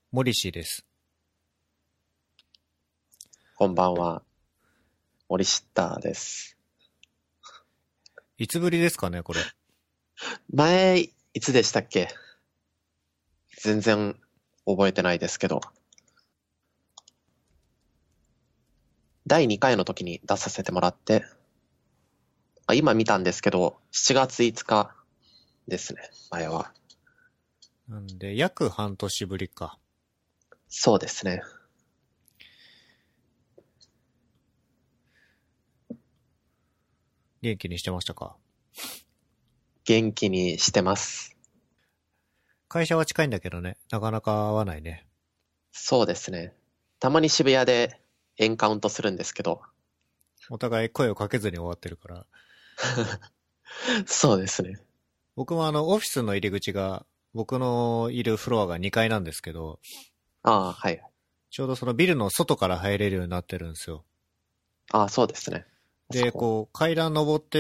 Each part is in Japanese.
森氏です。 こんばんは、森下です。 いつぶりですかね、これ。 前、いつでしたっけ？全然覚えてないですけど、第2回の時に出させてもらって、今見たんですけど、7月5日ですね、前は。 なんで、約半年ぶりか。 そうですね。 元気にしてましたか？ 元気にしてます。 会社は近いんだけどね、なかなか会わないね。 そうですね。たまに渋谷でエンカウントするんですけど、 お互い声をかけずに終わってるから。 そうですね。 僕もオフィスの入り口が、僕のいるフロアが2階なんですけど、 ああ、はい。 ちょうどそのビルの外から入れるようになってるんですよ。 ああ、そうですね。そで、 こ。 こう、階段登ってって、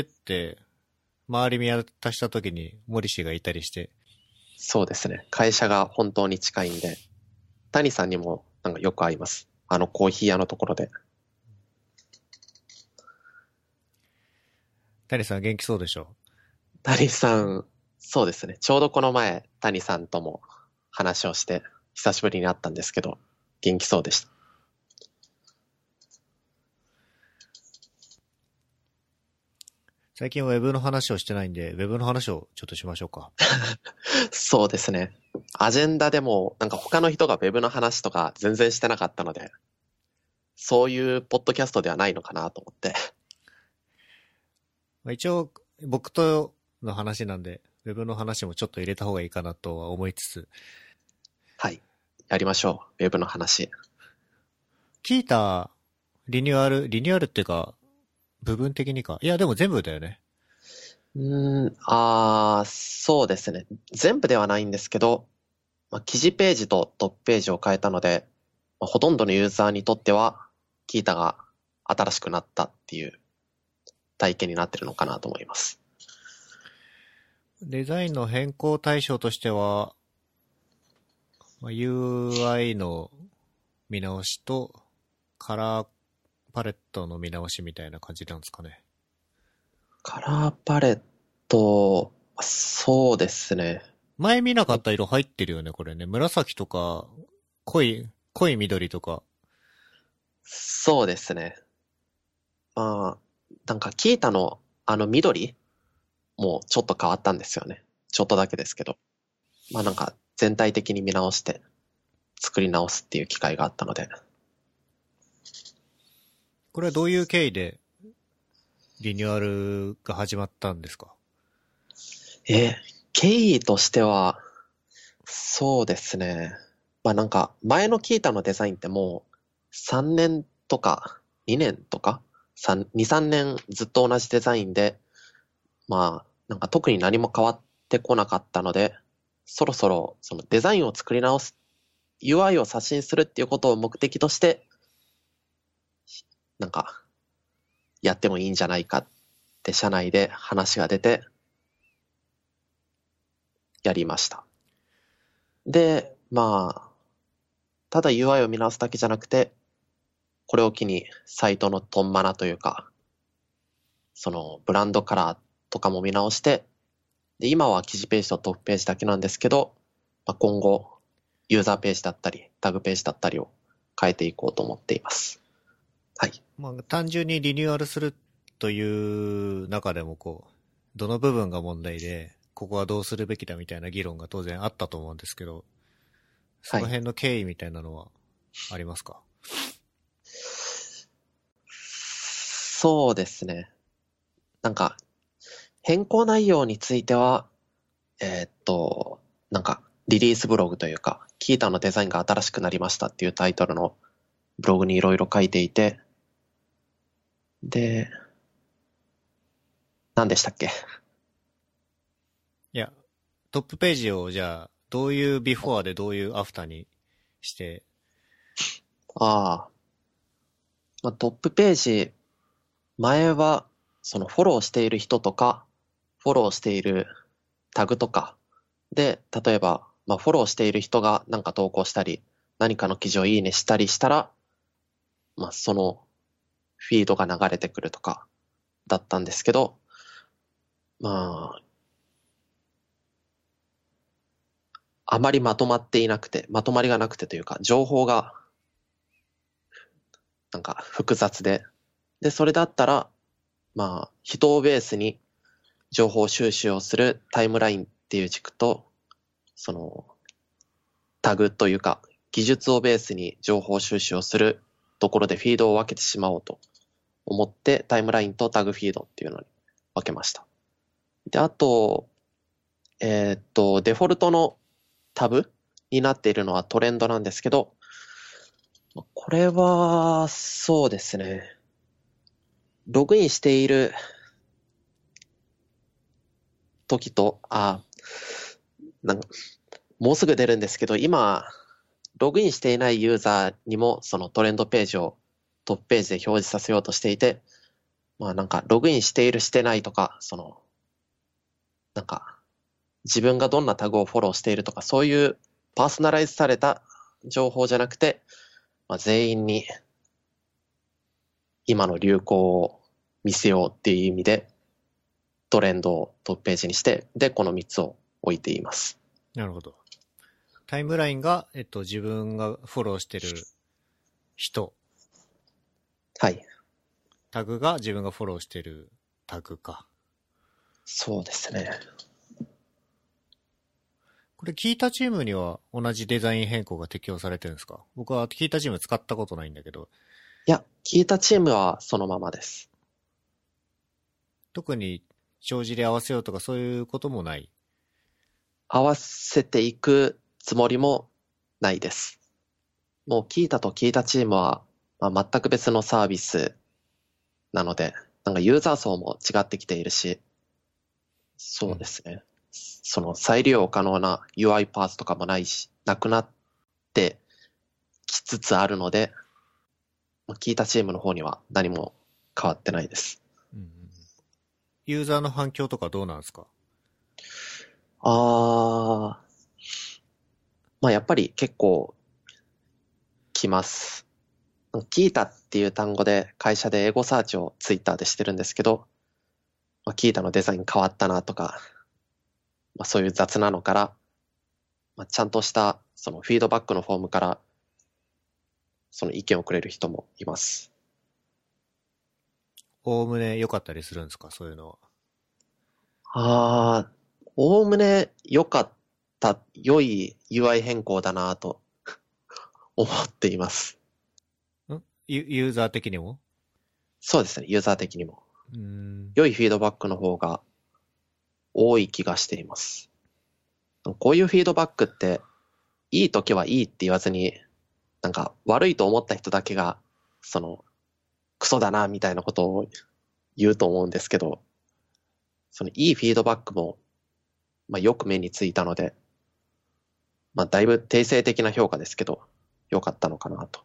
周り見渡した時に森氏がいたりして、 そうですね。会社が本当に近いんで、谷さんにもなんかよく会います。コーヒー屋のところで。 谷さん元気そうでしょ？ 谷さん、そうですね。ちょうどこの前、谷さんとも話をして、久しぶりに会ったんですけど、元気そうでした。 最近はウェブの話をしてないんで、ウェブの話をちょっとしましょうか。 そうですね。アジェンダでも、なんか他の人がウェブの話とか全然してなかったので、そういうポッドキャストではないのかなと思って。 まあ、一応、僕との話なんで、ウェブの話もちょっと入れた方がいいかなとは思いつつ、 はい。やりましょう。ウェブの話。 キータ、リニューアルっていうか、部分的にか。いや、でも全部だよね。 そうですね。全部ではないんですけど、記事ページとトップページを変えたので、ほとんどのユーザーにとっては、キータが新しくなったっていう体験になってるのかなと思います。 デザインの変更対象としては、UI の見直しと、カラーパレットの見直しみたいな感じなんですかね。 カラーパレット、そうですね。 前見なかった色入ってるよね、これね。紫とか、濃い緑とか。 そうですね。なんかキータの緑もちょっと変わったんですよね。ちょっとだけですけど。なんか全体的に見直して作り直すっていう機会があったので。 これはどういう経緯でリニューアルが始まったんですか？ え、経緯としては、そうですね。なんか前のキータのデザインってもう3年とか2年とか2、3年ずっと同じデザインで、なんか特に何も変わってこなかったので、そろそろそのデザインを作り直す、UI を刷新するっていうことを目的として、なんかやってもいいんじゃないかって社内で話が出て、やりました。で、ただ UI を見直すだけじゃなくて、これを機にサイトのトンマナというか、そのブランドカラーとかも見直して、で、今は記事ページとトップページだけなんですけど、今後、ユーザーページだったり、タグページだったりを変えていこうと思っています。はい。 単純にリニューアルするという中でもどの部分が問題で、ここはどうするべきだみたいな議論が当然あったと思うんですけど、そはい。 の辺の経緯みたいなのはありますか？ そうですね。なんか、変更内容については、なんか、リリースブログというか、キータのデザインが新しくなりましたっていうタイトルのブログにいろいろ書いていて、で、何でしたっけ？ いや、トップページをじゃあ、どういうビフォーでどういうアフターにして、 あトップページ、前は、そのフォローしている人とか、フォローしているタグとかで、例えば、フォローしている人がなんか投稿したり、 何かの記事をいいねしたりしたら、まあそのフィードが流れてくるとかだったんですけど、まあ、あまりまとまっていなくて、まとまりがなくてというか、情報がなんか複雑で、で、それだったら、まあ、人をベースに情報収集をするタイムラインっていう軸と、その、タグというか、技術をベースに情報収集をするところでフィードを分けてしまおうと思って、タイムラインとタグフィードっていうのに分けました。で、あと、デフォルトのタブになっているのはトレンドなんですけど、これは、そうですね。ログインしている時と、なんか、もうすぐ出るんですけど、今、ログインしていないユーザーにもそのトレンドページをトップページで表示させようとしていて、まあなんかログインしているしてないとか、その、なんか自分がどんなタグをフォローしているとか、そういうパーソナライズされた情報じゃなくて、まあ、全員に今の流行を見せようっていう意味で、トレンドをトップページにして、で、この3つを置いています。 なるほど。タイムラインが、自分がフォローしてる人。 はい。 タグが自分がフォローしてるタグか。 そうですね。 これ、キータチームには同じデザイン変更が適用されてるんですか？僕はキータチーム使ったことないんだけど。 いや、キータチームはそのままです。 特に帳尻合わせようとかそういうこともない。 合わせていくつもりもないです。もうキータとキータチームは、まあ、全く別のサービスなので、なんかユーザー層も違ってきているし、そうですね。その再利用可能な UI パーツとかもないし、なくなってきつつあるので、キータチームの方には何も変わってないです。 うんうん、ユーザーの反響とかどうなんですか？ まあやっぱり結構来ます。キータっていう単語で会社でエゴサーチをツイッターでしてるんですけど、まあ、キータのデザイン変わったなとか、まあ、そういう雑なのから、まあ、ちゃんとしたそのフィードバックのフォームからその意見をくれる人もいます。 おおむね良かったりするんですか、そういうのは。おおむね良かった、良い UI 変更だなと思っています。 ユーザー的にも？ そうですね、ユーザー的にも。良いフィードバックの方が多い気がしています。こういうフィードバックって、いい時はいいって言わずに、なんか悪いと思った人だけが、その、クソだなみたいなことを言うと思うんですけど、そのいいフィードバックも、まあ、よく目についたので、まあ、だいぶ定性的な評価ですけど、良かったのかなと。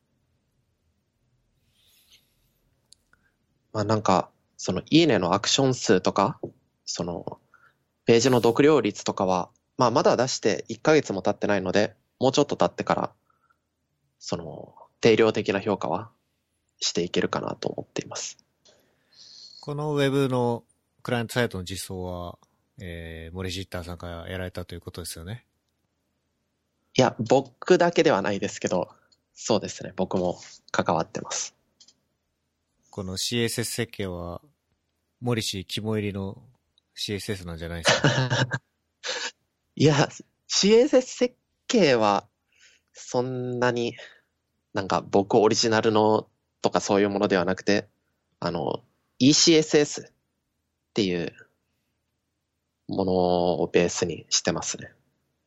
まあ、なんか、そのいいねのアクション数とか、その、ページの読料率とかは、まあ、まだ出して1ヶ月も経ってないので、もうちょっと経ってから、その、定量的な評価はしていけるかなと思っています。 このウェブのクライアントサイトの実装は、森ジッターさんがやられたということですよね。 いや、僕だけではないですけど、そうですね。僕も関わってます。 この CSS 設計は、森氏肝入りの CSS なんじゃないですか？ いや、CSS 設計は、そんなになんか僕オリジナルのとかそういうものではなくて、ECSS っていうものをベースにしてますね。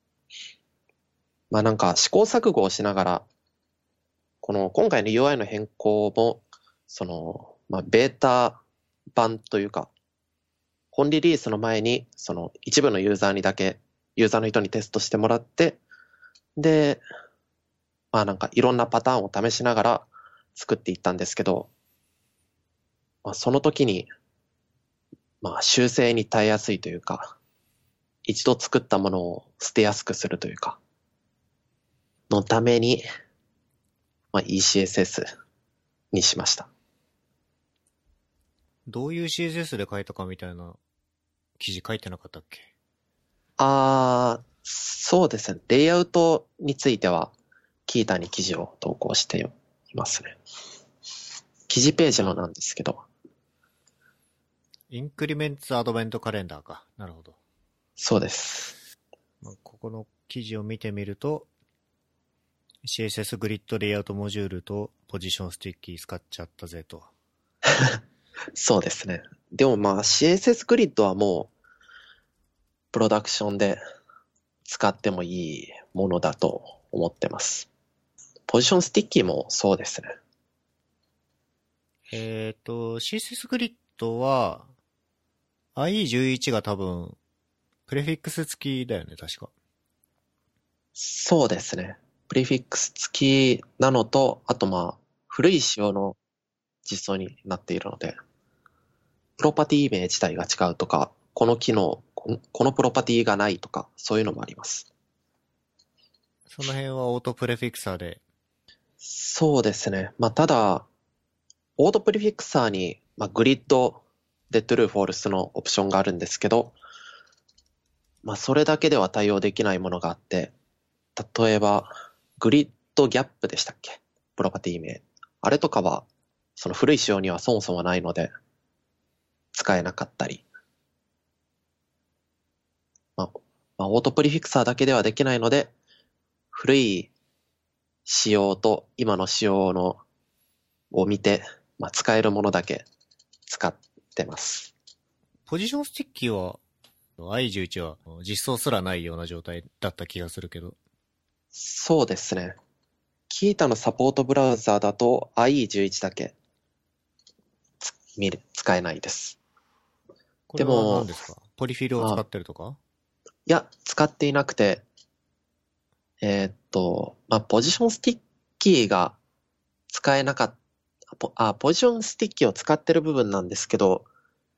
まあなんか試行錯誤をしながら、この今回の UI の変更も、その、まあベータ版というか、本リリースの前に、その一部のユーザーにだけ、ユーザーの人にテストしてもらって、で、まあなんかいろんなパターンを試しながら作っていったんですけど、まあその時に、まあ修正に耐えやすいというか、一度作ったものを捨てやすくするというか、 のために、ECSS にしました。 どういう CSS で書いたかみたいな記事書いてなかったっけ？ そうですね。レイアウトについては、キータに記事を投稿していますね。記事ページのなんですけど。 インクリメンツアドベントカレンダーか。なるほど。 そうです。 ここの記事を見てみると、CSS グリッドレイアウトモジュールとポジションスティッキー使っちゃったぜと。 そうですね。でもCSS グリッドはもう、プロダクションで使ってもいいものだと思ってます。ポジションスティッキーもそうですね。 CSS グリッドは、IE11 が多分、プレフィックス付きだよね、確か。 そうですね。プレフィックス付きなのと、あと古い仕様の実装になっているので、プロパティ名自体が違うとか、この機能、このプロパティがないとか、そういうのもあります。 その辺はオートプレフィクサーで。 そうですね。ただ、オートプレフィクサーに、グリッドでトゥルーフォールスのオプションがあるんですけど、それだけでは対応できないものがあって、例えば、グリッドギャップでしたっけ？プロパティ名。あれとかは、その古い仕様にはそもそもないので、使えなかったり。オートプリフィクサーだけではできないので、古い仕様と今の仕様を見て、使えるものだけ使ってます。 ポジションスティッキーは、i11 は実装すらないような状態だった気がするけど。 そうですね。キータのサポートブラウザーだと IE11 だけ使えないです。 これは何ですか？ポリフィルを使ってるとか？ いや、使っていなくて、ポジションスティッキーが使えなかった、ポジションスティッキーを使ってる部分なんですけど、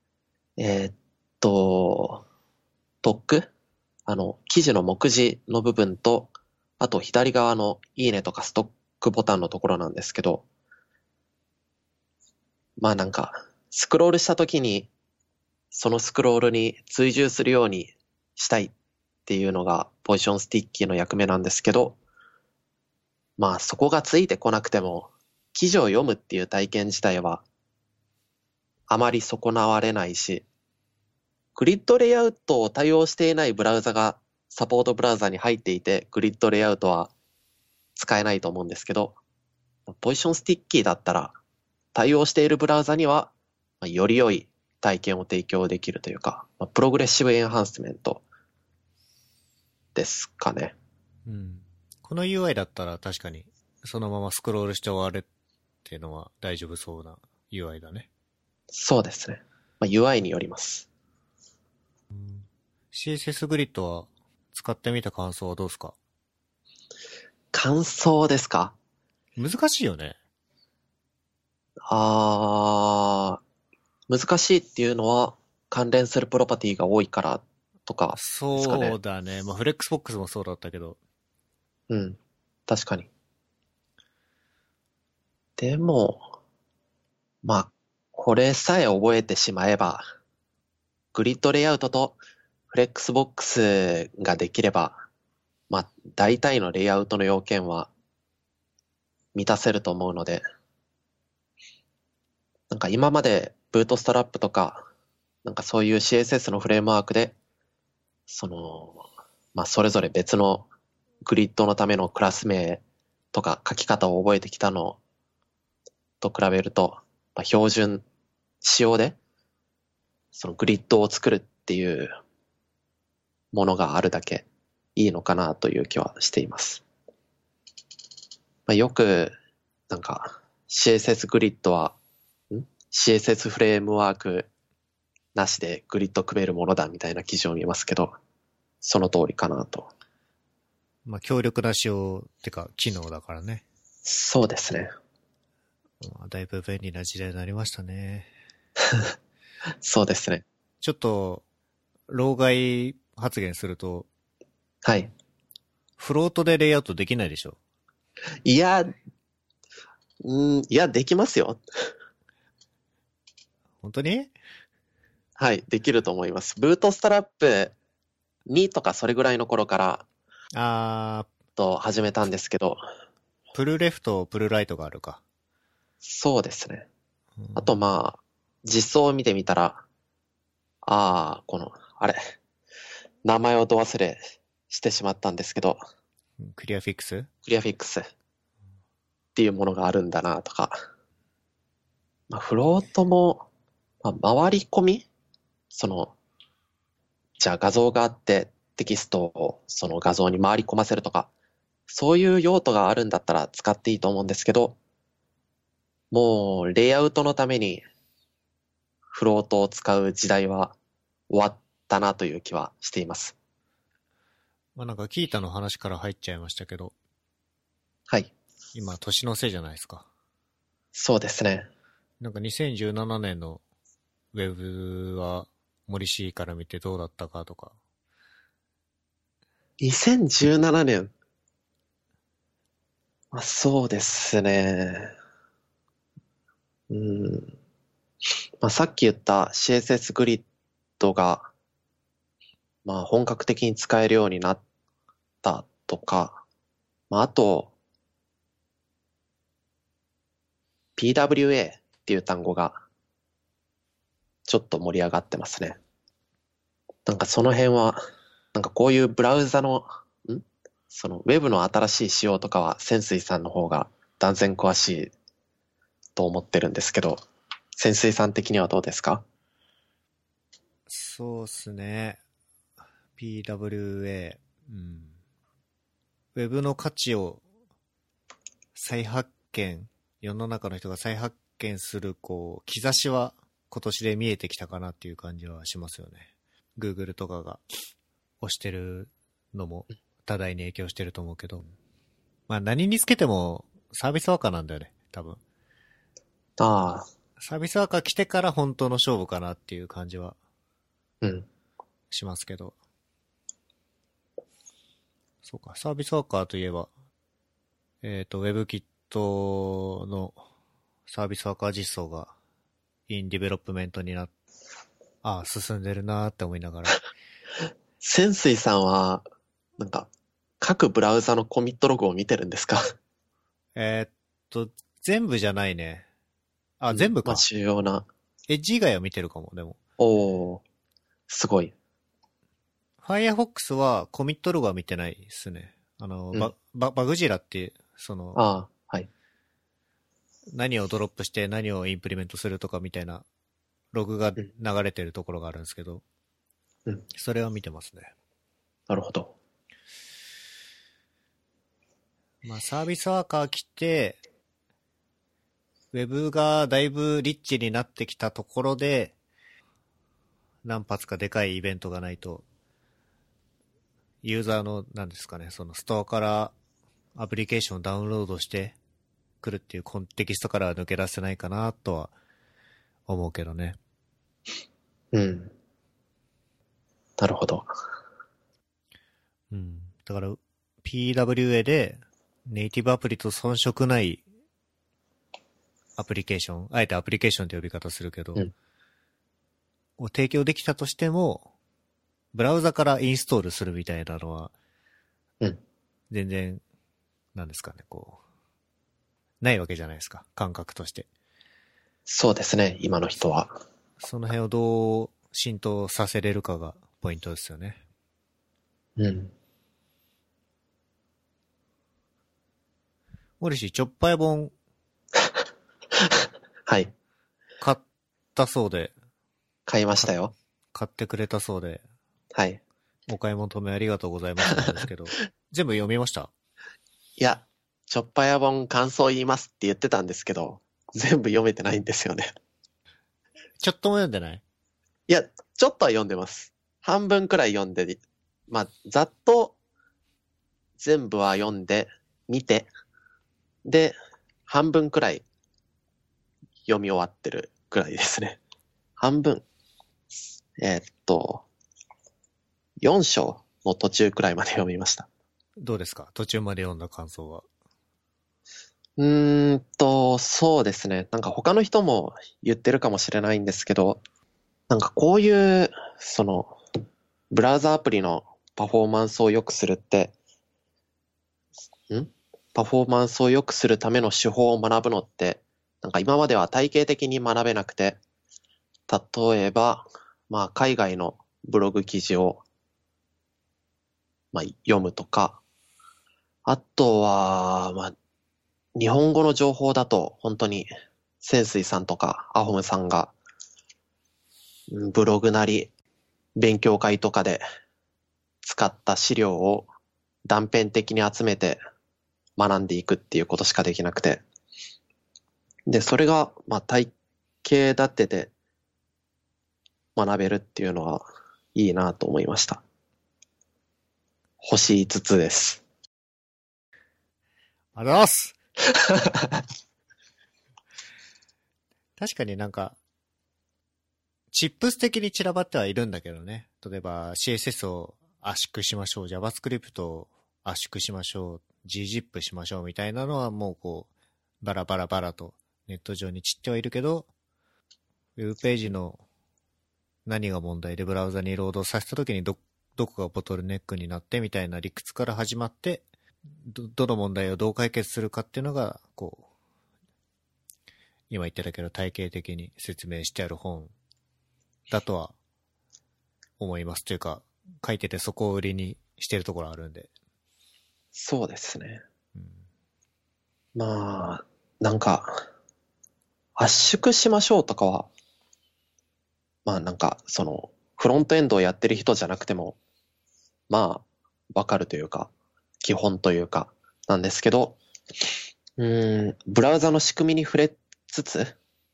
トック記事の目次の部分と、あと左側のいいねとかストックボタンのところなんですけど、スクロールしたときに、そのスクロールに追従するようにしたいっていうのがポジションスティッキーの役目なんですけど、そこがついてこなくても、記事を読むっていう体験自体はあまり損なわれないし、グリッドレイアウトを対応していないブラウザがサポートブラウザに入っていて、グリッドレイアウトは使えないと思うんですけど、ポジションスティッキーだったら対応しているブラウザにはより良い体験を提供できるというか、プログレッシブエンハンスメントですかね。 うん。この UI だったら確かにそのままスクロールして終わるっていうのは大丈夫そうな UI だね。 そうですね。UI によります。 CSS グリッドは使ってみた感想はどうですか？ 感想ですか？ 難しいよね。 難しいっていうのは関連するプロパティが多いからとかですかね。 そうだね。フレックスボックスもそうだったけど。 うん。確かに。でも、これさえ覚えてしまえば、グリッドレイアウトとフレックスボックスができれば、大体のレイアウトの要件は満たせると思うので、今までブートストラップとか、そういう CSS のフレームワークで、それぞれ別のグリッドのためのクラス名とか書き方を覚えてきたのと比べると、標準仕様で、そのグリッドを作るっていうものがあるだけいいのかなという気はしています。よく、CSS グリッドは、CSS フレームワークなしでグリッド組めるものだみたいな記事を見ますけど、その通りかなと。 強力な仕様ってか機能だからね。 そうですね。 だいぶ便利な時代になりましたね。 そうですね。 ちょっと、老害発言すると、 はい。 フロートでレイアウトできないでしょ。 いや、いや、できますよ。 本当に？ はい、できると思います。ブートストラップ2とかそれぐらいの頃からあ始めたんですけど、 プルレフとプルライトがあるか。 そうですね。 うん、 あとまあ、実装を見てみたら、あれ、名前をど忘れしてしまったんですけど、 クリアフィックス？ クリアフィックスっていうものがあるんだなとか、まあ、フロートも、まあ、回り込みじゃあ画像があってテキストをその画像に回り込ませるとか、そういう用途があるんだったら使っていいと思うんですけど、もうレイアウトのためにフロートを使う時代は終わったなという気はしています。 まあなんかキータの話から入っちゃいましたけど、 はい。 今年のせいじゃないですか。 そうですね。 なんか2017年のウェブは森氏から見てどうだったかとか。 2017年。まあ、そうですね。うん。まあ、さっき言った CSS グリッドが、まあ、本格的に使えるようになったとか、まあ、あと、PWA っていう単語がちょっと盛り上がってますね。なんかその辺は、なんかこういうブラウザの、そのウェブの新しい仕様とかは潜水さんの方が断然詳しいと思ってるんですけど、潜水さん的にはどうですか？ そうっすね。PWA。うん。ウェブの価値を再発見、世の中の人が再発見する、こう、兆しは今年で見えてきたかなっていう感じはしますよね。Google とかが押してるのも多大に影響してると思うけど。まあ何につけてもサービスワーカーなんだよね、多分。 ああ、 サービスワーカー来てから本当の勝負かなっていう感じはうん。 しますけど。そうか、サービスワーカーといえば、WebKit のサービスワーカー実装がインディベロップメントに進んでるなーって思いながら。 潜水さんは、なんか、各ブラウザのコミットログを見てるんですか？ えーっ全部じゃないね。あ、 うん。まあ、 全部か。 主要な。 エッジ以外は見てるかも、でも。 おー、すごい。 Firefox はコミットログは見てないですね。 うん。 バグジラって、 ああ、はい。 何をドロップして何をインプリメントするとかみたいなログがうん。 流れてるところがあるんですけど、 うん。 それは見てますね。 なるほど。 まあサービスワーカー来て、ウェブがだいぶリッチになってきたところで、何発かでかいイベントがないと、ユーザーの、なんですかね、そのストアからアプリケーションをダウンロードしてくるっていうコンテキストからは抜け出せないかなとは思うけどね。 うん。なるほど。 うん。だから、PWA でネイティブアプリと遜色ないアプリケーション、あえてアプリケーションって呼び方するけど、 うん。 を提供できたとしても、ブラウザからインストールするみたいなのは、 うん。 全然、なんですかね、こう、ないわけじゃないですか、感覚として。 そうですね、今の人は。 その辺をどう浸透させれるかがポイントですよね。 うん。 モリシー、チョッパイ本はい。 買ったそうで、 買いましたよ。 買ってくれたそうで、 はい。 お買い求めありがとうございますなんですけど、全部読みました？ いや、チョッパヤ本感想言いますって言ってたんですけど、全部読めてないんですよね。 ちょっとも読んでない？ いや、ちょっとは読んでます。半分くらい読んで、まあ、ざっと全部は読んで、見て、で、半分くらい読み終わってるくらいですね。半分。えーっと、4章の途中くらいまで読みました。 どうですか、途中まで読んだ感想は？ そうですね。なんか他の人も言ってるかもしれないんですけど、なんかこういう、ブラウザアプリのパフォーマンスを良くするって、んパフォーマンスを良くするための手法を学ぶのって、なんか今までは体系的に学べなくて、例えば、まあ海外のブログ記事を、まあ、読むとか、あとは、まあ日本語の情報だと本当に潜水さんとかアホムさんがブログなり勉強会とかで使った資料を断片的に集めて学んでいくっていうことしかできなくて。で、それが、まあ、体系立てて学べるっていうのはいいなと思いました。星5つです。 ありがとうございます。確かになんか、チップス的に散らばってはいるんだけどね。例えば CSS を圧縮しましょう、JavaScript を圧縮しましょう、gzip しましょうみたいなのはもうこう、バラバラバラとネット上に散ってはいるけど、ウェブページの何が問題でブラウザにロードさせたときにどこがボトルネックになってみたいな理屈から始まって、どの問題をどう解決するかっていうのが、こう、今言ってたけど体系的に説明してある本だとは思います。というか、書いててそこを売りにしてるところあるんで。 そうですね。 うん、 まあ、なんか、圧縮しましょうとかは、まあなんか、フロントエンドをやってる人じゃなくても、まあ、わかるというか、基本というか、なんですけど、ブラウザの仕組みに触れつつ、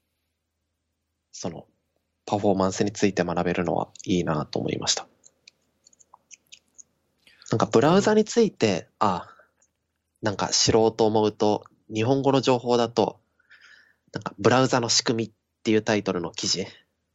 パフォーマンスについて学べるのはいいなと思いました。なんかブラウザについて、なんか知ろうと思うと、日本語の情報だと、なんかブラウザの仕組みっていうタイトルの記事。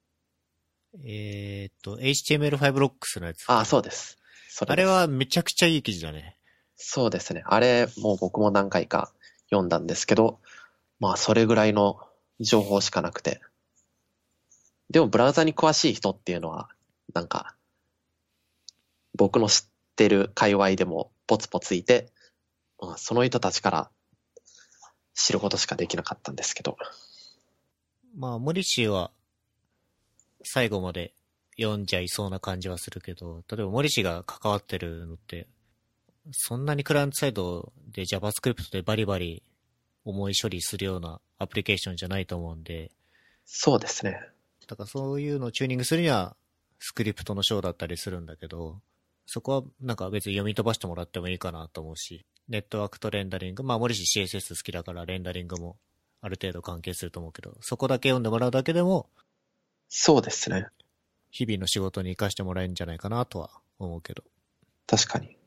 HTML5 ロックスのやつ。 そうです。それあです。 れはめちゃくちゃいい記事だね。 そうですね。あれ、もう僕も何回か読んだんですけど、まあそれぐらいの情報しかなくて。でもブラウザに詳しい人っていうのは、なんか、僕の知ってる界隈でもポツポツいて、まあ、その人たちから知ることしかできなかったんですけど。 まあ、モリシーは最後まで読んじゃいそうな感じはするけど、例えばモリシーが関わってるのって、そんなにクライアントサイドで JavaScript でバリバリ重い処理するようなアプリケーションじゃないと思うんで、 そうですね。 だからそういうのをチューニングするにはスクリプトの章だったりするんだけど、そこはなんか別に読み飛ばしてもらってもいいかなと思うし、ネットワークとレンダリング、まあモリシー CSS 好きだからレンダリングもある程度関係すると思うけど、そこだけ読んでもらうだけでも、 そうですね。 日々の仕事に活かしてもらえるんじゃないかなとは思うけど。 確かに。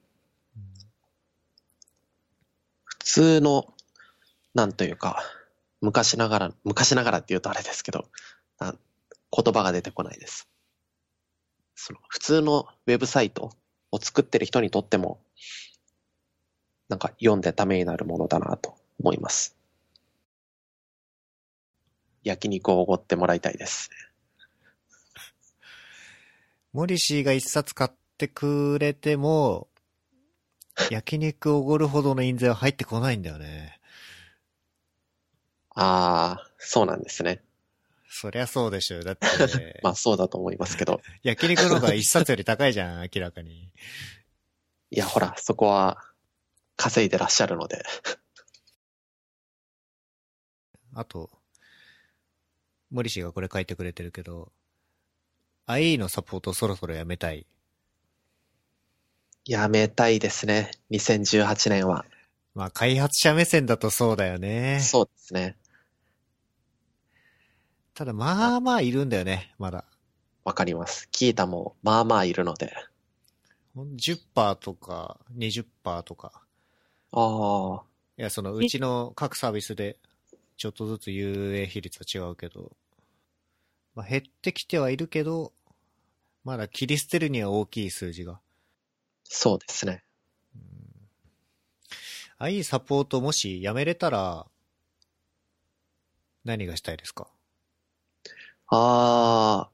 普通の、なんというか、昔ながらって言うとあれですけど、言葉が出てこないです。普通のウェブサイトを作ってる人にとっても、なんか読んでためになるものだなと思います。焼肉をおごってもらいたいです。 モリシーが一冊買ってくれても、焼肉おごるほどの印税は入ってこないんだよね。 そうなんですね。 そりゃそうでしょ。だって、 まあそうだと思いますけど。 焼肉の方が一冊より高いじゃん、明らかに。 いや、ほら、そこは稼いでらっしゃるので。 あと、モリシーがこれ書いてくれてるけど、IE のサポートをそろそろやめたい。 やめたいですね。2018年は。 まあ開発者目線だとそうだよね。 そうですね。 ただまあまあいるんだよね、まだ。 わかります。キータもまあまあいるので。 10% とか20%とか。 ああ、 いや、そのうちの各サービスでちょっとずつ UA 比率は違うけど、まあ、減ってきてはいるけど、まだ切り捨てるには大きい数字が。 そうですね。 IE サポートもしやめれたら、 何がしたいですか？ あ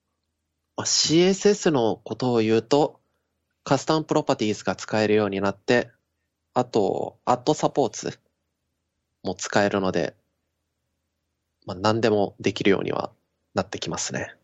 CSS のことを言うと、カスタムプロパティーズが使えるようになって、あと、アットサポーツも使えるので、何でもできるようにはなってきますね。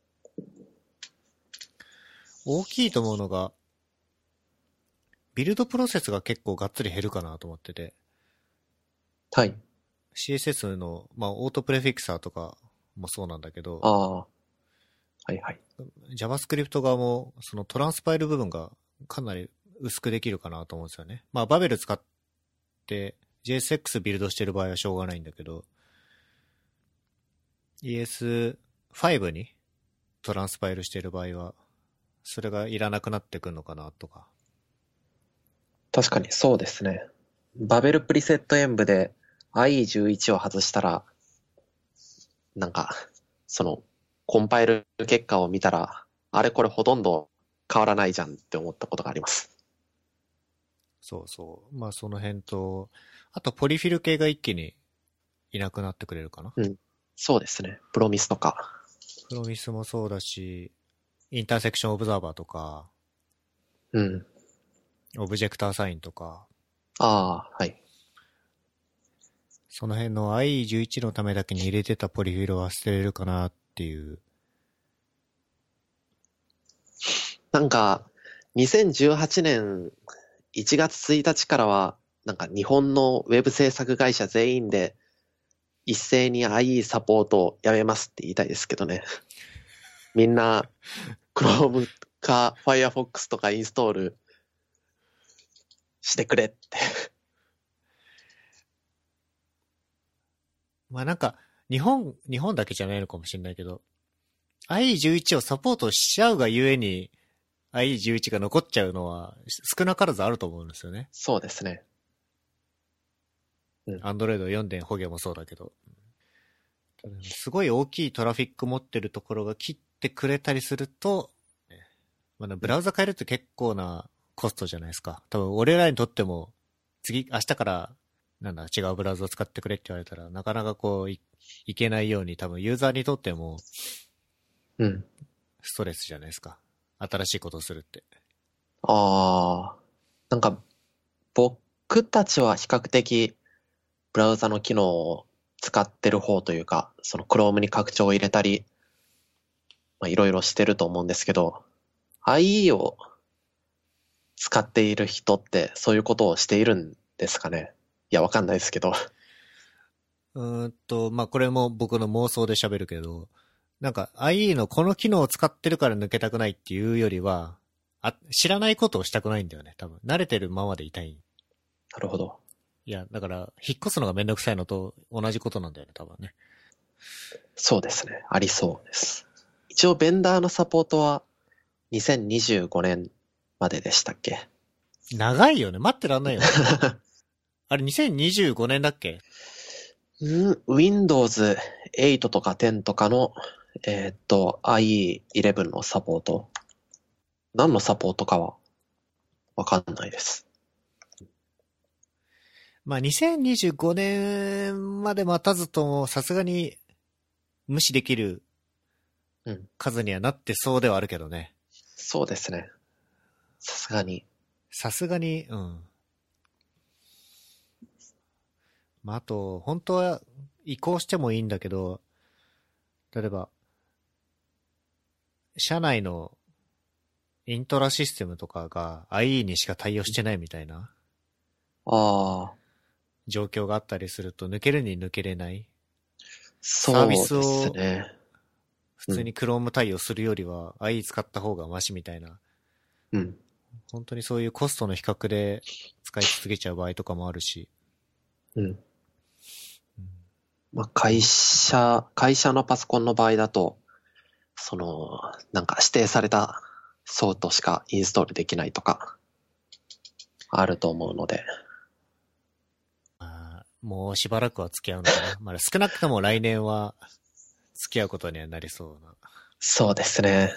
大きいと思うのが、ビルドプロセスが結構がっつり減るかなと思ってて、 はい。 CSS の、オートプレフィクサーとかもそうなんだけど、 はいはい。 JavaScript 側も、そのトランスパイル部分がかなり薄くできるかなと思うんですよね。バベル使って JSX ビルドしてる場合はしょうがないんだけど、ES5 にトランスパイルしてる場合は、それがいらなくなってくるのかなとか。 確かにそうですね。バベルプリセット演舞で IE11 を外したら、その、コンパイル結果を見たら、あれこれほとんど変わらないじゃんって思ったことがあります。 そうそう。その辺と、あとポリフィル系が一気にいなくなってくれるかな。 うん。そうですね。プロミスとか。 プロミスもそうだし、インターセクションオブザーバーとか、 うん。 オブジェクターサインとか、 はい。 その辺の IE11 のためだけに入れてたポリフィルは捨てれるかなっていう。 2018年1月1日からは、日本のウェブ制作会社全員で一斉に IE サポートをやめますって言いたいですけどね。みんな Chrome か Firefox とかインストールしてくれって。 日本だけじゃないのかもしれないけど、IE11 をサポートしちゃうがゆえに、IE11 が残っちゃうのは少なからずあると思うんですよね。 そうですね。 Android 4.0ホゲもそうだけど。すごい大きいトラフィック持ってるところが切ってくれたりすると、ブラウザ変えるって結構なコストじゃないですか。多分俺らにとっても、明日から違うブラウザを使ってくれって言われたら、なかなかいけないように多分ユーザーにとっても、ストレスじゃないですか。新しいことをするって。 僕たちは比較的ブラウザの機能を使ってる方というか、その Chrome に拡張を入れたり、いろいろしてると思うんですけど、IE を使っている人ってそういうことをしているんですかね。いや、わかんないですけど。 これも僕の妄想で喋るけど、IE のこの機能を使ってるから抜けたくないっていうよりは、知らないことをしたくないんだよね、多分。慣れてるままでいたい。 なるほど。 いや、だから、引っ越すのがめんどくさいのと同じことなんだよね、多分ね。 そうですね。ありそうです。一応、ベンダーのサポートは2025年まででしたっけ？ 長いよね。待ってらんないよね。あれ、2025年だっけ？ Windows 8とか10とかの、IE11 のサポート。何のサポートかはわかんないです。 2025年まで待たずとも、さすがに無視できる数にはなってそうではあるけどね。 そうですね。さすがに。 さすがに、うん。あと、本当は移行してもいいんだけど、例えば、社内のイントラシステムとかが IE にしか対応してないみたいな状況があったりすると、抜けるに抜けれない。サービスを普通に Chrome 対応するよりは IE 使った方がマシみたいな。本当にそういうコストの比較で使い続けちゃう場合とかもあるし。 会社のパソコンの場合だと、指定されたソートしかインストールできないとか、あると思うので。 もうしばらくは付き合うのかな。少なくとも来年は付き合うことにはなりそうな。 そうですね。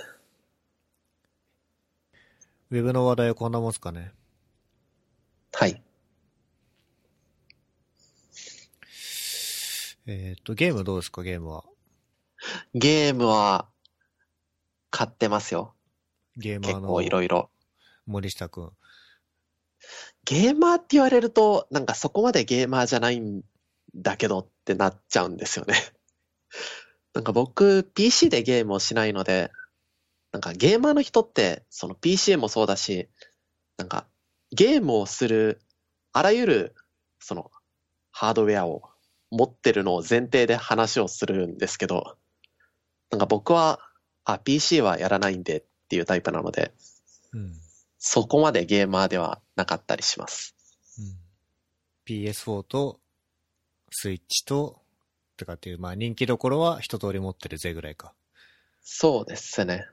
ウェブの話題はこんなもんすかね。 はい。 ゲームどうですか、ゲームは。 ゲームは買ってますよ。 ゲーマー結構いろのいろ。 森下くん。 ゲーマーって言われると、なんかそこまでゲーマーじゃないんだけどってなっちゃうんですよね。なんか僕、PC でゲームをしないので、なんかゲーマーの人って、その PC もそうだし、なんかゲームをするあらゆるそのハードウェアを持ってるのを前提で話をするんですけど、なんか僕は、PC はやらないんでっていうタイプなので、 うん。 そこまでゲーマーではなかったりします。 うん、PS4 とスイッチとかっていう、まあ人気どころは一通り持ってるぜぐらいか。 そうですね。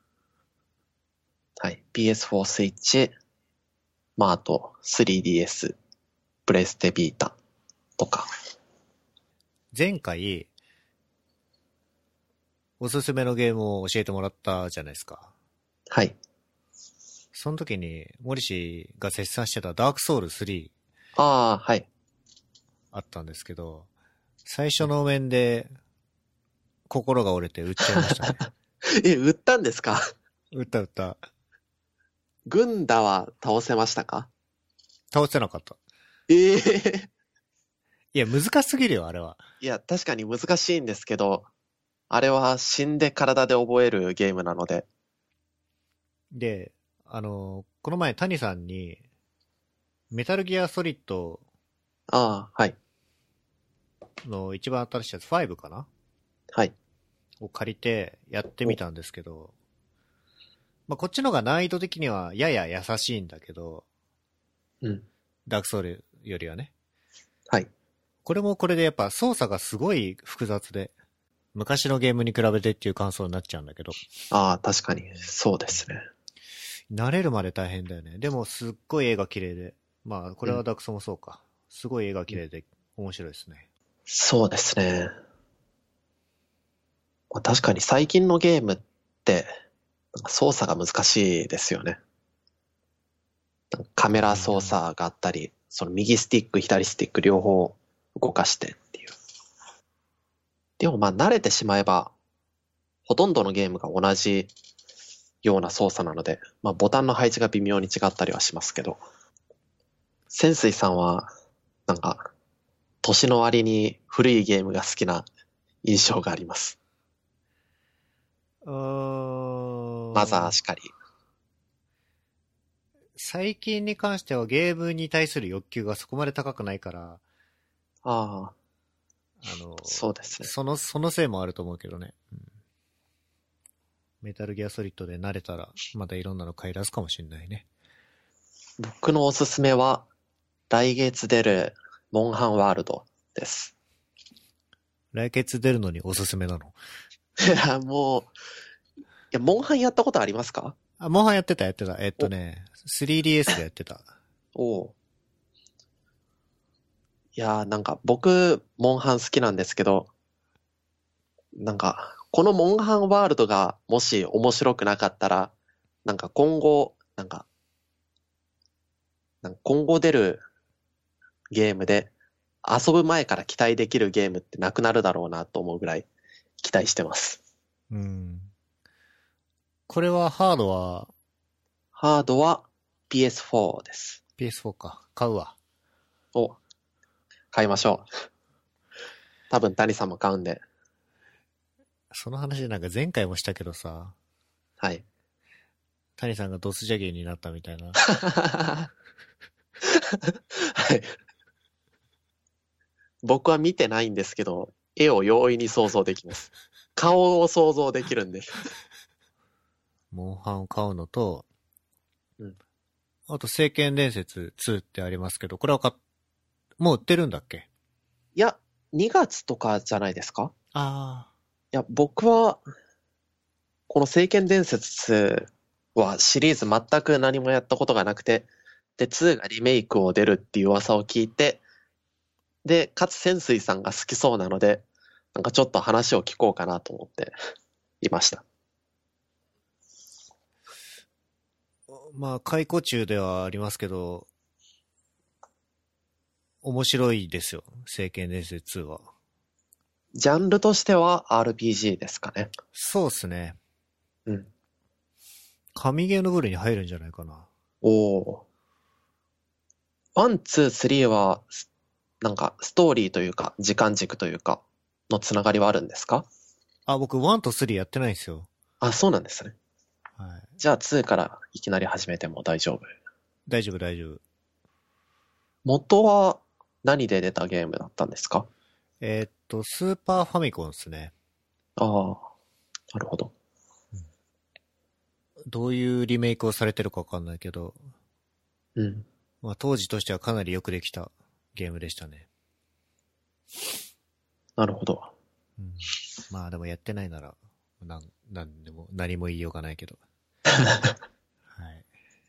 はい。PS4 スイッチ、まああと 3DS、プレステビータとか。 前回、おすすめのゲームを教えてもらったじゃないですか。 はい。 その時に、森氏が絶賛してたダークソウル3 はい。 あったんですけど、最初の面で心が折れて売っちゃいましたね。 売ったんですか？ 売った。 グンダは倒せましたか？ 倒せなかった。 ええいや、難しすぎるよ、あれは。 いや、確かに難しいんですけど、あれは死んで体で覚えるゲームなので。 で、この前谷さんに、メタルギアソリッドはい。 の一番新しいやつ5かなはい。 を借りてやってみおたんですけど、まあ、こっちのが難易度的にはやや優しいんだけど、 うん。 ダークソウルよりはね。 はい。 これもこれでやっぱ操作がすごい複雑で、昔のゲームに比べてっていう感想になっちゃうんだけど、 確かに、そうですね。 慣れるまで大変だよね。でもすっごい絵が綺麗で、まあこれうん。 はダークソもそうか。すごい絵が綺麗で面白いですね。 そうですね。確かに最近のゲームって、なんか操作が難しいですよね。なんかカメラ操作があったり、その右スティック、左スティック両方動かしてっていう。でもまあ慣れてしまえば、ほとんどのゲームが同じような操作なので、まあボタンの配置が微妙に違ったりはしますけど、潜水さんは、なんか、年の割に古いゲームが好きな印象があります。 うマザーん。 ーしかり。 最近に関してはゲームに対する欲求がそこまで高くないから、 ああ、 あの、 そうですね。 そのせいもあると思うけどね。うん、メタルギアソリッドで慣れたら、またいろんなの買い出すかもしれないね。 僕のおすすめは、来月出るモンハンワールドです。 来月出るのにおすすめなの？ いや、もう、いや、モンハンやったことありますか？ あ、モンハンやってた。3DS でやってた。 おう。いや、なんか僕、モンハン好きなんですけど、なんか、このモンハンワールドがもし面白くなかったら、なんか今後、なんか今後出るゲームで遊ぶ前から期待できるゲームってなくなるだろうなと思うぐらい期待してます。 うん。これはハードはハードは PS4 です。 PS4 か。買うわ。 を買いましょう。多分谷さんも買うんで。 その話なんか前回もしたけどさ、 はい。 谷さんがドスジャゲになったみたいな。 はい。僕は見てないんですけど、絵を容易に想像できます。顔を想像できるんで。 モンハンを買うのと、 うん。 あと聖剣伝説2ってありますけど、これはもう売ってるんだっけ？ いや、2月とかじゃないですか？ あいや、僕は、この聖剣伝説はシリーズ全く何もやったことがなくて、で、2がリメイクを出るっていう噂を聞いて、で、かつ潜水さんが好きそうなので、なんかちょっと話を聞こうかなと思っていました。 あ。まあ、解雇中ではありますけど、面白いですよ。聖剣伝説2は。 ジャンルとしては RPG ですかね。 そうっすね。 うん。 神ゲーの部類に入るんじゃないかな。 おー。1、2、3は、なんか、ストーリーというか、時間軸というか、のつながりはあるんですか？ あ、僕1と3やってないんですよ。 あ、そうなんですね。 はい。 じゃあ2からいきなり始めても大丈夫。 大丈夫大丈夫。 元は何で出たゲームだったんですか？ スーパーファミコンですね。 ああ、なるほど。 どういうリメイクをされてるかわかんないけど、 うん。 まあ当時としてはかなりよくできたゲームでしたね。 なるほど。 うん、まあでもやってないなら、なんでも、何も言いようがないけど。はい。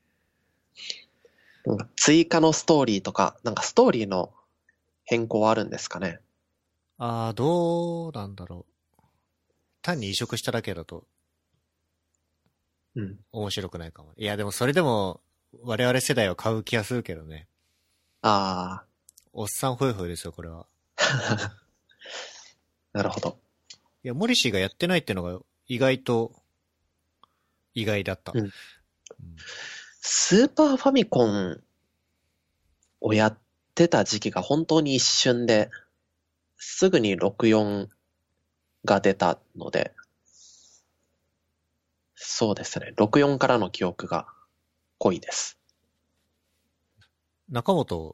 なんか追加のストーリーとか、なんかストーリーの変更はあるんですかね？ どうなんだろう。単に移植しただけだとうん。 面白くないかも。いやでもそれでも、我々世代は買う気がするけどね。 あおっさんホイホイですよ、これは。 あ、なるほど。 いや、モリシーがやってないってのが意外と意外だった。 うん。 うん、 スーパーファミコンをやってた時期が本当に一瞬で、すぐに64が出たので、そうですね。64からの記憶が濃いです。 中本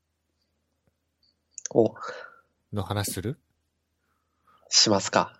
お、 の話する？ しますか。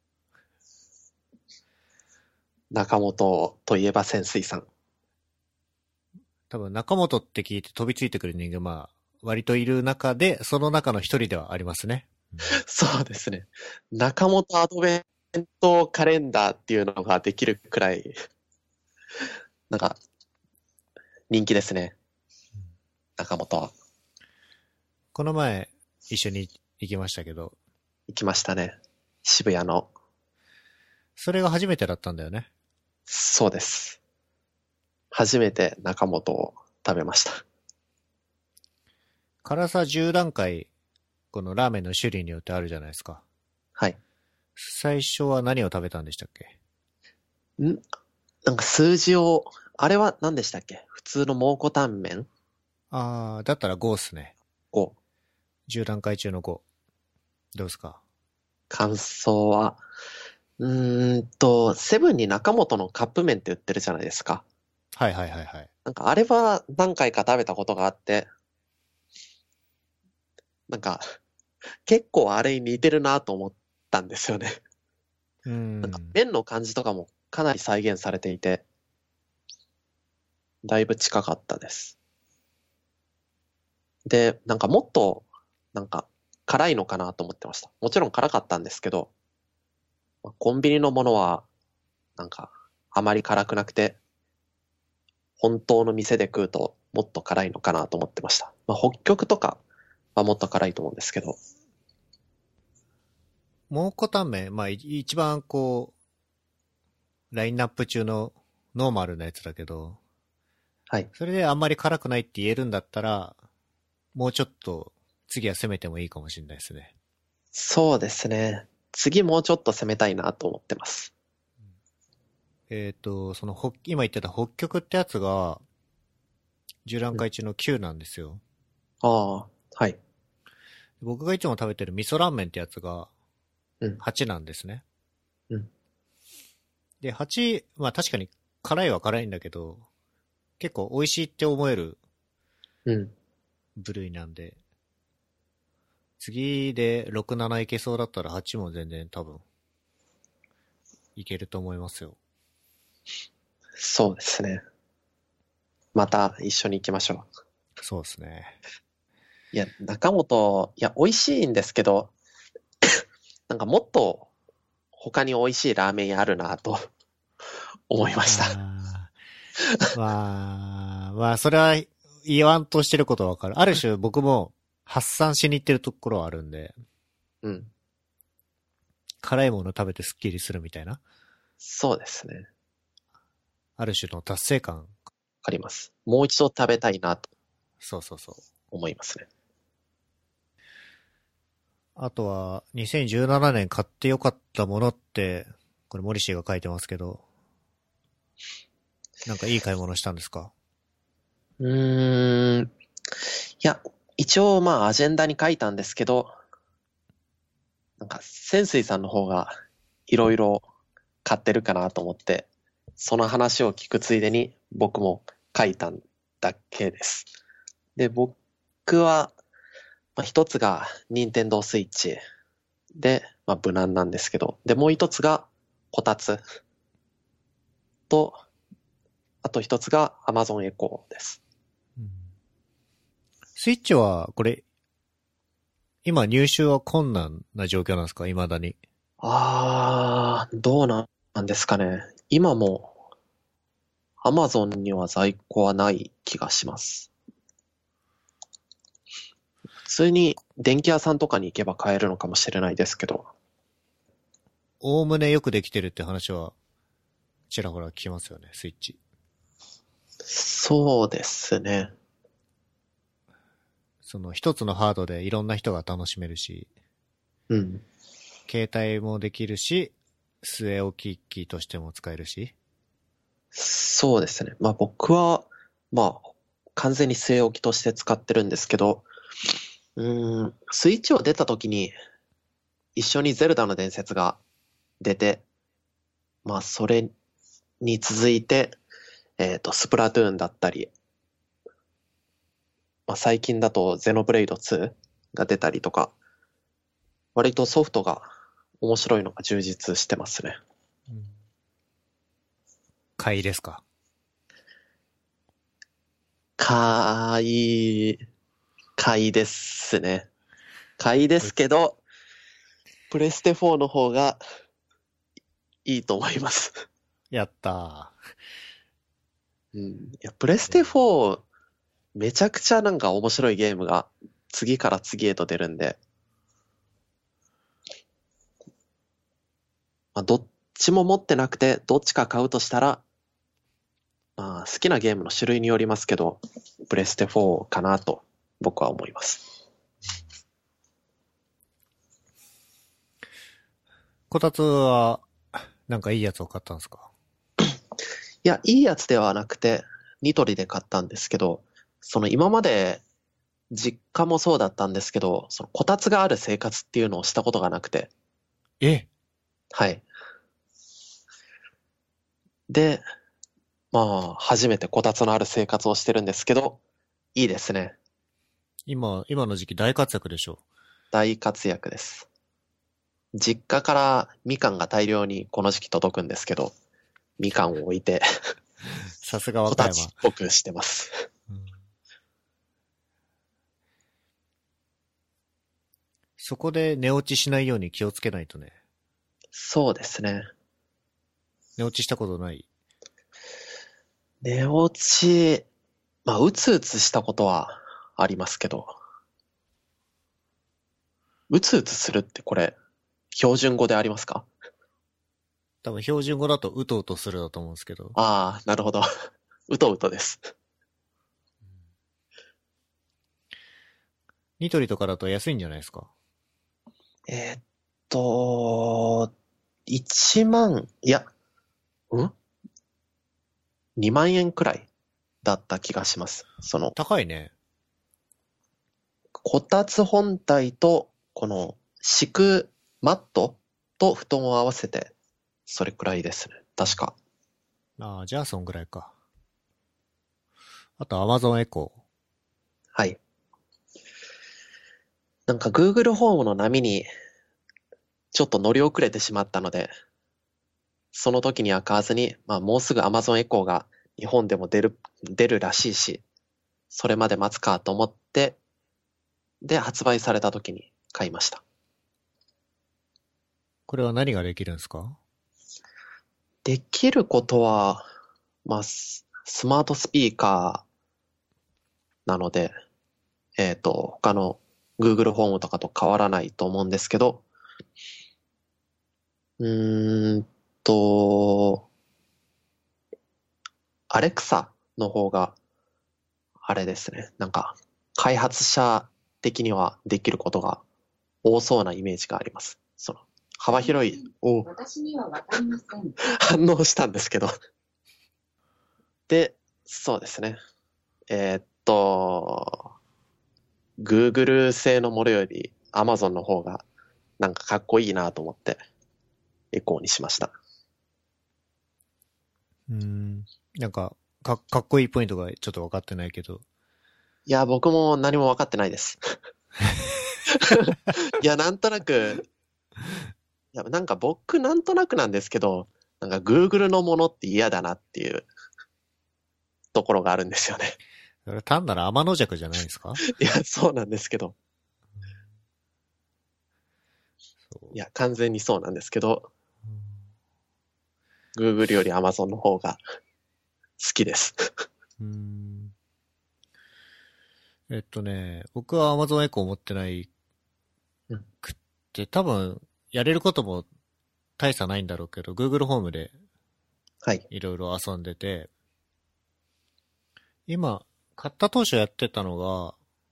中本といえば潜水さん。 多分中本って聞いて飛びついてくる人間、まあ、割といる中で、その中の一人ではありますね。うん、 そうですね。中本アドベントカレンダーっていうのができるくらい、なんか人気ですね。中本は。 この前、一緒に行きましたけど、 行きましたね。渋谷の。 それが初めてだったんだよね。 そうです。初めて中本を食べました。 辛さ10段階、このラーメンの種類によってあるじゃないですか。 はい。 最初は何を食べたんでしたっけ？ なんか数字を、あれは何でしたっけ？普通の蒙古タンメンだったら5っすね。 ?5。 10段階中の5。どうですか？ 感想は、セブンに中本のカップ麺って売ってるじゃないですか。 はいはいはいはい。 なんかあれは何回か食べたことがあって、なんか結構あれに似てるなと思ったんですよね。 うなんかん。 麺の感じとかもかなり再現されていて、だいぶ近かったです。で、なんかもっと、なんか辛いのかなと思ってました。もちろん辛かったんですけど、コンビニのものは、なんかあまり辛くなくて、本当の店で食うともっと辛いのかなと思ってました。北極とかはもっと辛いと思うんですけど、 蒙古タンメン、まあ一番こう、ラインナップ中のノーマルなやつだけど、 はい。 それであんまり辛くないって言えるんだったら、もうちょっと次は攻めてもいいかもしれないですね。 そうですね。次もうちょっと攻めたいなと思ってます。 今言ってた北極ってやつが、10段階中の9なんですよ。 ああ、はい。 僕がいつも食べてる味噌ラーメンってやつがうん、 8なんですね。 うん、 で、8、まあ確かに辛いは辛いんだけど、結構美味しいって思えるうん。 部類なんで、次で6、7いけそうだったら8も全然多分いけると思いますよ。 そうですね。また一緒に行きましょう。 そうですね。 いや、中本、いや、美味しいんですけど、なんかもっと他に美味しいラーメン屋あるなと思いました。 まあ、それは言わんとしてることはわかる。ある種僕も発散しに行ってるところはあるんで、 うん。 辛いもの食べてスッキリするみたいな、 そうですね。 ある種の達成感。 わかります。もう一度食べたいなとそうそうそう。 思いますね。 あとは、2017年買ってよかったものって、これモリシーが書いてますけど、なんかいい買い物したんですか？ うーん。いや、一応まあアジェンダに書いたんですけど、なんか潜水さんの方がいろいろ買ってるかなと思って、その話を聞くついでに僕も書いただけです。で、僕は、まあ、一つが任天堂スイッチで、まあ無難なんですけど、で、もう一つがこたつと、あと一つが Amazon エコーです。 うん、スイッチは、これ、今入手は困難な状況なんですか？未だに。 どうなんですかね。今も Amazon には在庫はない気がします。普通に電気屋さんとかに行けば買えるのかもしれないですけど。 おおむねよくできてるって話は、ちらほら聞きますよね、スイッチ。 そうですね。 その一つのハードでいろんな人が楽しめるし、 うん。 携帯もできるし、据え置き機としても使えるし。 そうですね。まあ僕は、まあ完全に据え置きとして使ってるんですけど、スイッチを出た時に一緒にゼルダの伝説が出て、まあそれに続いて、スプラトゥーンだったり、まあ、最近だとゼノブレイド2が出たりとか、割とソフトが面白いのが充実してますね。 うん、買いですか？ 買い、買いですね。買いですけど、プレステ4の方がいいと思います。 やったうん。いや、プレステ4、めちゃくちゃなんか面白いゲームが次から次へと出るんで、まあ、どっちも持ってなくて、どっちか買うとしたら、まあ、好きなゲームの種類によりますけど、プレステ4かなと僕は思います。 ー。こたつは、なんかいいやつを買ったんですか？ いや、いいやつではなくて、ニトリで買ったんですけど、その今まで実家もそうだったんですけど、そのこたつがある生活っていうのをしたことがなくて、 え、 はい。で、まあ、初めてこたつのある生活をしてるんですけど、いいですね。 今の時期大活躍でしょ。 大活躍です。実家からみかんが大量にこの時期届くんですけど、みかんを置いて、 さすが和こ歌山。 たつっぽくしてます。 うん、そこで寝落ちしないように気をつけないとね。 そうですね。 寝落ちしたことない？ 寝落ち、まあ、うつうつしたことはありますけど、うつうつするってこれ、標準語でありますか？ 多分標準語だとうとうとするだと思うんですけど。 ああ、なるほど。うとうとです。 ニトリとかだと安いんじゃないですか？ えーっ1万、いや、ん ?2 万円くらいだった気がします。その、 高いね。 こたつ本体と、この、敷くマットと布団を合わせて、それくらいですね。確か。 ああ、じゃあそんぐらいか。あと Amazon エコはい。なんか Google ホームの波にちょっと乗り遅れてしまったので、その時には買わずに、まあもうすぐ Amazon エコーが日本でも出るらしいし、それまで待つかと思って、で、発売された時に買いました。 これは何ができるんですか？ できることは、まあ、スマートスピーカーなので、他の Google ホームとかと変わらないと思うんですけど、うーんと、アレクサの方が、あれですね、なんか、開発者的にはできることが多そうなイメージがあります。その幅広い、 私にはわかりません。 反応したんですけど。で、そうですね。Google 製のものより Amazon の方がなんかかっこいいなと思ってエコーにしました。 なんか、かっこいいポイントがちょっと分かってないけど。 いや、僕も何も分かってないです。いや、なんとなく、いや、なんか僕なんとなくなんですけど、なんか Google のものって嫌だなっていうところがあるんですよね。 それ単なる天の弱じゃないですか？ いや、そうなんですけど。いや、完全にそうなんですけど、Google より Amazon の方が好きです。 僕は Amazon エコー持ってないくって、多分、やれることも大差ないんだろうけど、Google ホームではい。 いろいろ遊んでて、今、買った当初やってたのが、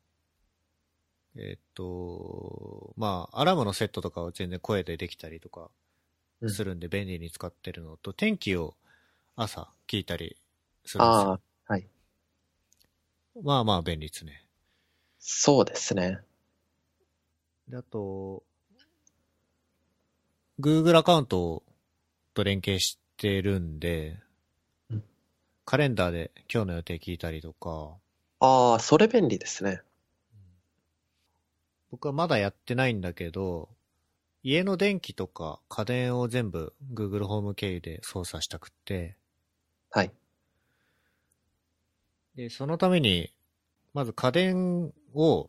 まあ、アラームのセットとかは全然声でできたりとかするんで便利に使ってるのと、天気を朝聞いたりするんですよ。 ああ、はい。 まあまあ便利ですね。 そうですね。 で、あと、Google アカウントと連携してるんで、 うんカレンダーで今日の予定聞いたりとか、 ああ、それ便利ですね。 僕はまだやってないんだけど、家の電気とか家電を全部 Google ホーム経由で操作したくって、 はい。 で、そのために、まず家電を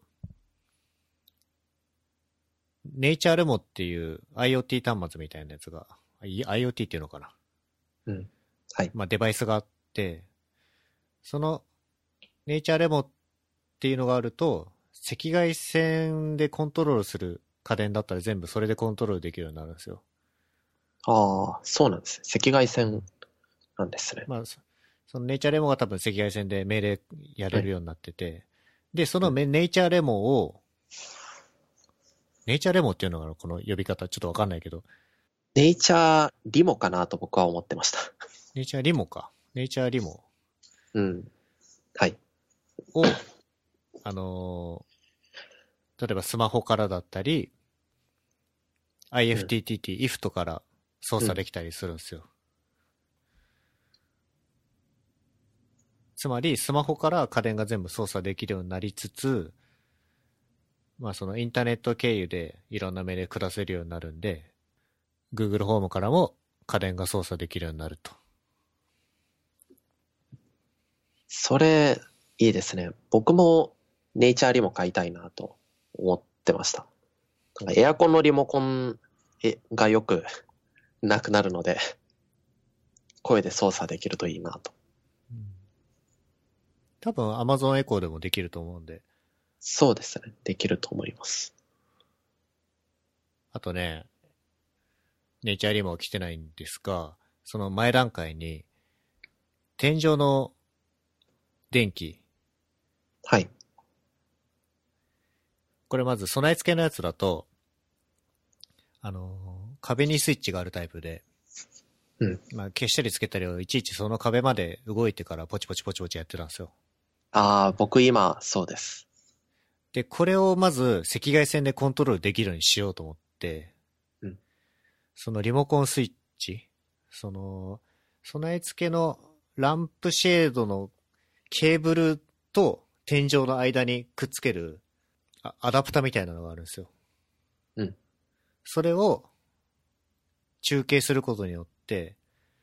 ネイチャーレモっていう IoT 端末みたいなやつが、IoT っていうのかな。 うん。はい。 まあデバイスがあって、そのネイチャーレモっていうのがあると、赤外線でコントロールする家電だったら全部それでコントロールできるようになるんですよ。 ああ、そうなんですね。赤外線なんですね。 まあ、そのネイチャーレモが多分赤外線で命令やれるようになってて、で、そのネイチャーレモを、ネイチャーレモっていうのがこの呼び方ちょっとわかんないけど、 ネイチャーリモかなと僕は思ってました。 ネイチャーリモか。ネイチャーリモうん。はい。 を、あの例えばスマホからだったり、IFTTT、IFT から操作できたりするんですよ。つまり、スマホから家電が全部操作できるようになりつつ、まあそのインターネット経由でいろんな命令下せるようになるんで、Google ホームからも家電が操作できるようになると。 それ、いいですね。僕もネイチャーリモ買いたいなと思ってました。なんかエアコンのリモコンがよくなくなるので、声で操作できるといいなと。 多分 Amazon エコーでもできると思うんで。 そうですね。できると思います。 あとね、ネイチャーリモは来てないんですが、その前段階に、天井の電気。 はい。 これまず備え付けのやつだと、壁にスイッチがあるタイプで、 うん。 まあ消したりつけたりをいちいちその壁まで動いてからポチポチポチポチやってたんですよ。 ああ、僕今、そうです。 で、これをまず赤外線でコントロールできるようにしようと思って、 うん。 そのリモコンスイッチ、備え付けのランプシェードのケーブルと天井の間にくっつけるアダプタみたいなのがあるんですよ。 うん。 それを中継することによって、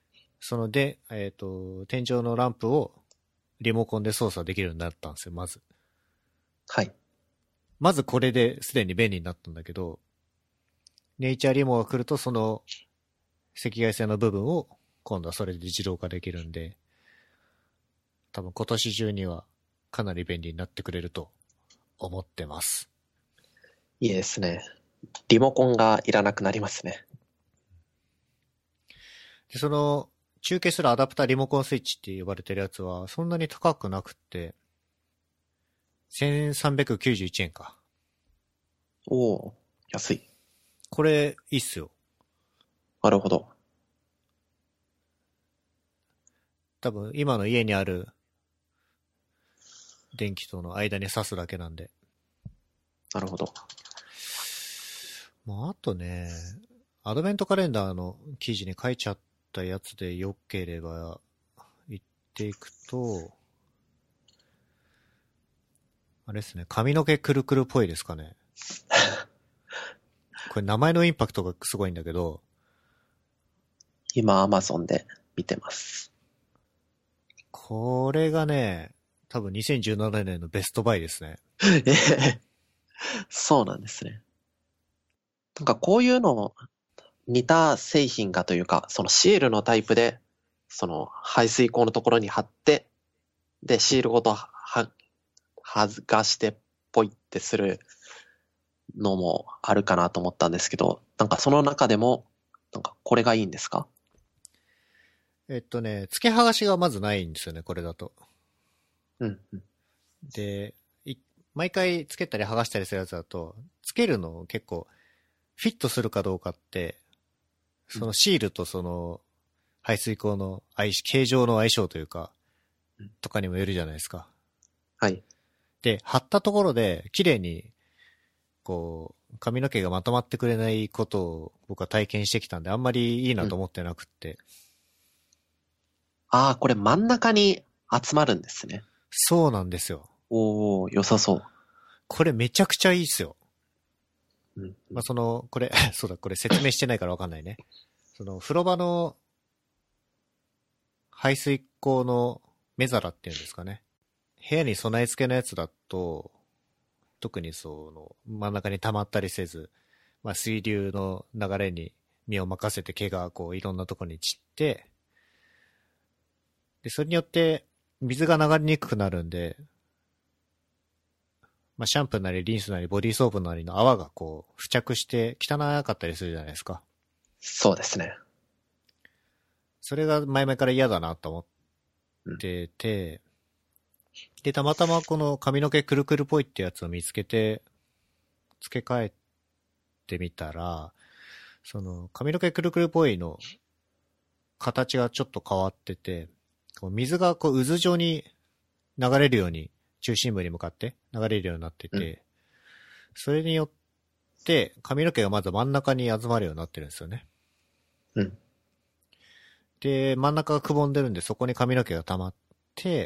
天井のランプをリモコンで操作できるようになったんですよ、まず。 はい。 まずこれですでに便利になったんだけど、ネイチャーリモが来るとその赤外線の部分を今度はそれで自動化できるんで、多分今年中にはかなり便利になってくれると思ってます。 いいですね。リモコンがいらなくなりますね。 で、その中継するアダプターリモコンスイッチって呼ばれてるやつはそんなに高くなくって、1391円か。 おお、 安い。 これ、いいっすよ。 なるほど。 多分、今の家にある電気との間に挿すだけなんで。 なるほど。 まあ、あとね、アドベントカレンダーの記事に書いちゃったやつで良ければ言っていくと、あれですね、髪の毛くるくるっぽいですかね。これ名前のインパクトがすごいんだけど、 今 Amazon で見てます。 これがね、多分2017年のベストバイですね。 そうなんですね。なんかこういうの似た製品がというか、そのシールのタイプで、その排水口のところに貼って、で、シールごと剥がしてポイってするのもあるかなと思ったんですけど、なんかその中でも、なんかこれがいいんですか？ 付け剥がしがまずないんですよね、これだと。 うんうん。 で、毎回つけたり剥がしたりするやつだと、つけるの結構フィットするかどうかって、そのシールとその排水口の形状の相性というか、とかにもよるじゃないですか。 はい。 で、貼ったところで綺麗に、こう、髪の毛がまとまってくれないことを僕は体験してきたんで、あんまりいいなと思ってなくって。 ああ、これ真ん中に集まるんですね。 そうなんですよ。 おー、良さそう。 これめちゃくちゃいいっすよ。 うんまあ、これ、そうだ、これ説明してないからわかんないね。風呂場の排水口の目皿っていうんですかね。部屋に備え付けのやつだと、特に真ん中に溜まったりせず、まあ、水流の流れに身を任せて毛がこういろんなところに散って、で、それによって水が流れにくくなるんで、まあ、シャンプーなりリンスなりボディーソープなりの泡がこう付着して汚かったりするじゃないですか。 そうですね。 それが前々から嫌だなと思ってて、で、たまたまこの髪の毛くるくるっぽいってやつを見つけて、付け替えてみたら、髪の毛くるくるっぽいの形がちょっと変わってて、こう水がこう渦状に流れるように、中心部に向かって流れるようになってて、それによって髪の毛がまず真ん中に集まるようになってるんですよね。 うん。 で、真ん中がくぼんでるんで、そこに髪の毛が溜まって、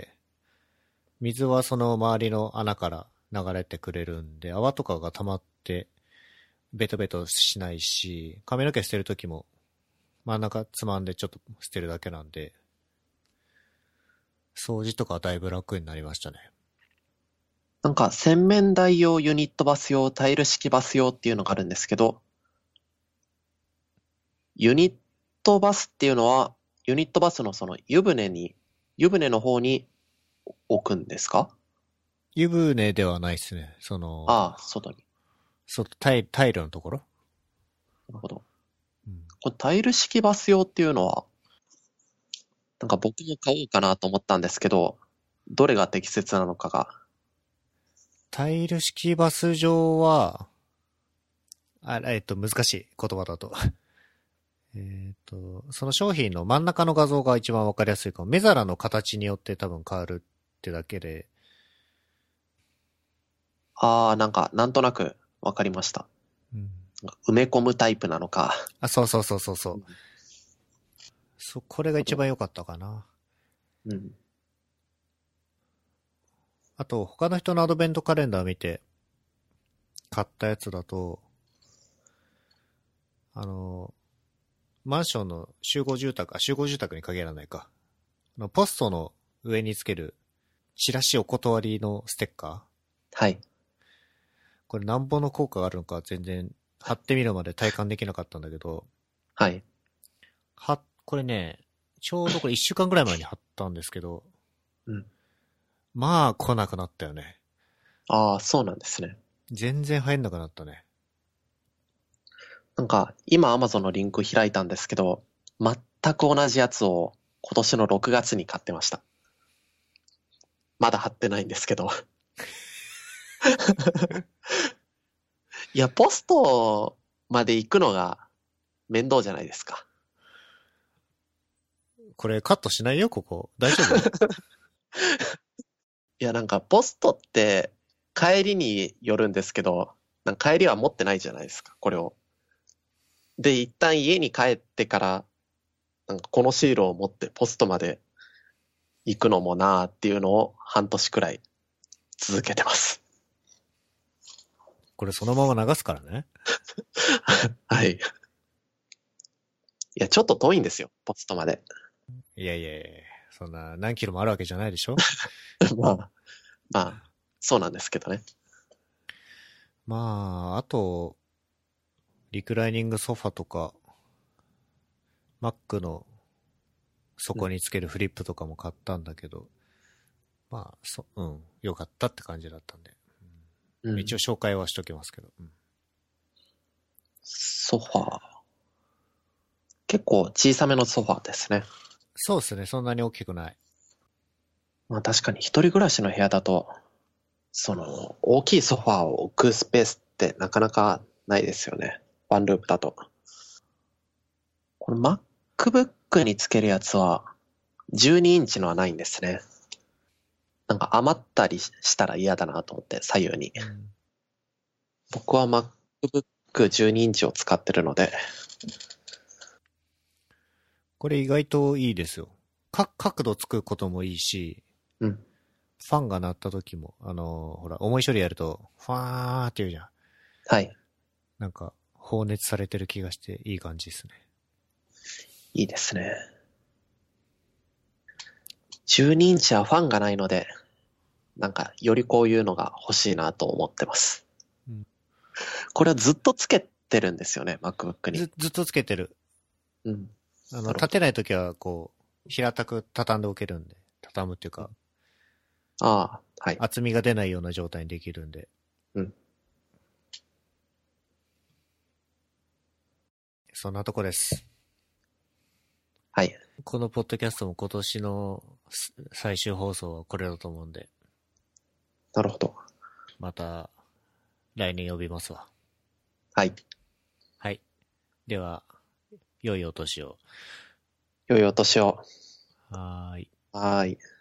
水はその周りの穴から流れてくれるんで、泡とかが溜まって、ベトベトしないし、髪の毛捨てるときも、真ん中つまんでちょっと捨てるだけなんで、掃除とかだいぶ楽になりましたね。 なんか洗面台用、ユニットバス用、タイル式バス用っていうのがあるんですけど、ユニットバスっていうのは、ユニットバスのその湯船の方に置くんですか？ 湯船ではないですね。 ああ、外に。 タイルのところ。 なるほど。 うん、 これタイル式バス用っていうのは、なんか僕も買おうかなと思ったんですけど、どれが適切なのかが。 タイル式バス上は、難しい言葉だと。その商品の真ん中の画像が一番わかりやすいかも。目皿の形によって多分変わるってだけで。 ああ、なんか、なんとなくわかりました。 うん、 埋め込むタイプなのか。 あ、そう。これが一番良かったかな。 うん。 あと、他の人のアドベントカレンダー見て、買ったやつだと、マンションの集合住宅に限らないか。ポストの上につける、チラシお断りのステッカー。 はい。 これなんぼの効果があるのか全然貼ってみるまで体感できなかったんだけど、 はい。 これね、ちょうどこれ1週間ぐらい前に貼ったんですけど、 うん。 まあ来なくなったよね。 ああ、そうなんですね。 全然入んなくなったね。 なんか、今 Amazon のリンク開いたんですけど、全く同じやつを今年の6月に買ってました。まだ貼ってないんですけど。 いや、ポストまで行くのが面倒じゃないですか。 これカットしないよ、ここ。大丈夫？ いや、なんかポストって帰りによるんですけど、なんか帰りは持ってないじゃないですか、これを。で、一旦家に帰ってから、なんかこのシールを持ってポストまで行くのもなーっていうのを半年くらい続けてます。 これそのまま流すからね。 はい。いや、ちょっと遠いんですよ、ポストまで。 いやいやいや、そんな何キロもあるわけじゃないでしょ。 まあ、まあ、そうなんですけどね。 まあ、あと、リクライニングソファとか、Mac の底につけるフリップとかも買ったんだけど、まあ、良かったって感じだったんで。 うん一応紹介はしときますけど。 ソファー。結構小さめのソファーですね。 そうですね、そんなに大きくない。 まあ確かに一人暮らしの部屋だと、大きいソファーを置くスペースってなかなかないですよね。ワンルームだと。この MacBook につけるやつは、12インチのはないんですね。なんか余ったりしたら嫌だなと思って、左右に。僕は MacBook 12インチを使ってるので、 これ意外といいですよ。角度つくこともいいし、 うん。 ファンが鳴った時も、ほら、重い処理やると、ファーって言うじゃん。 はい。 なんか、放熱されてる気がしていい感じですね。 いいですね。12インチはファンがないので、なんか、よりこういうのが欲しいなと思ってます。 うんこれはずっとつけてるんですよね、MacBook に。 ずっとつけてる。 うん。なるほど立てない時は、こう、平たく畳んでおけるんで、畳むっていうか、 ああ、はい。 厚みが出ないような状態にできるんで。 うん。 そんなとこです。 はい。 このポッドキャストも今年の最終放送はこれだと思うんで、 なるほど。 また来年呼びますわ。 はい。 はい。では、良いお年を。 良いお年を。 はーい。 はーい。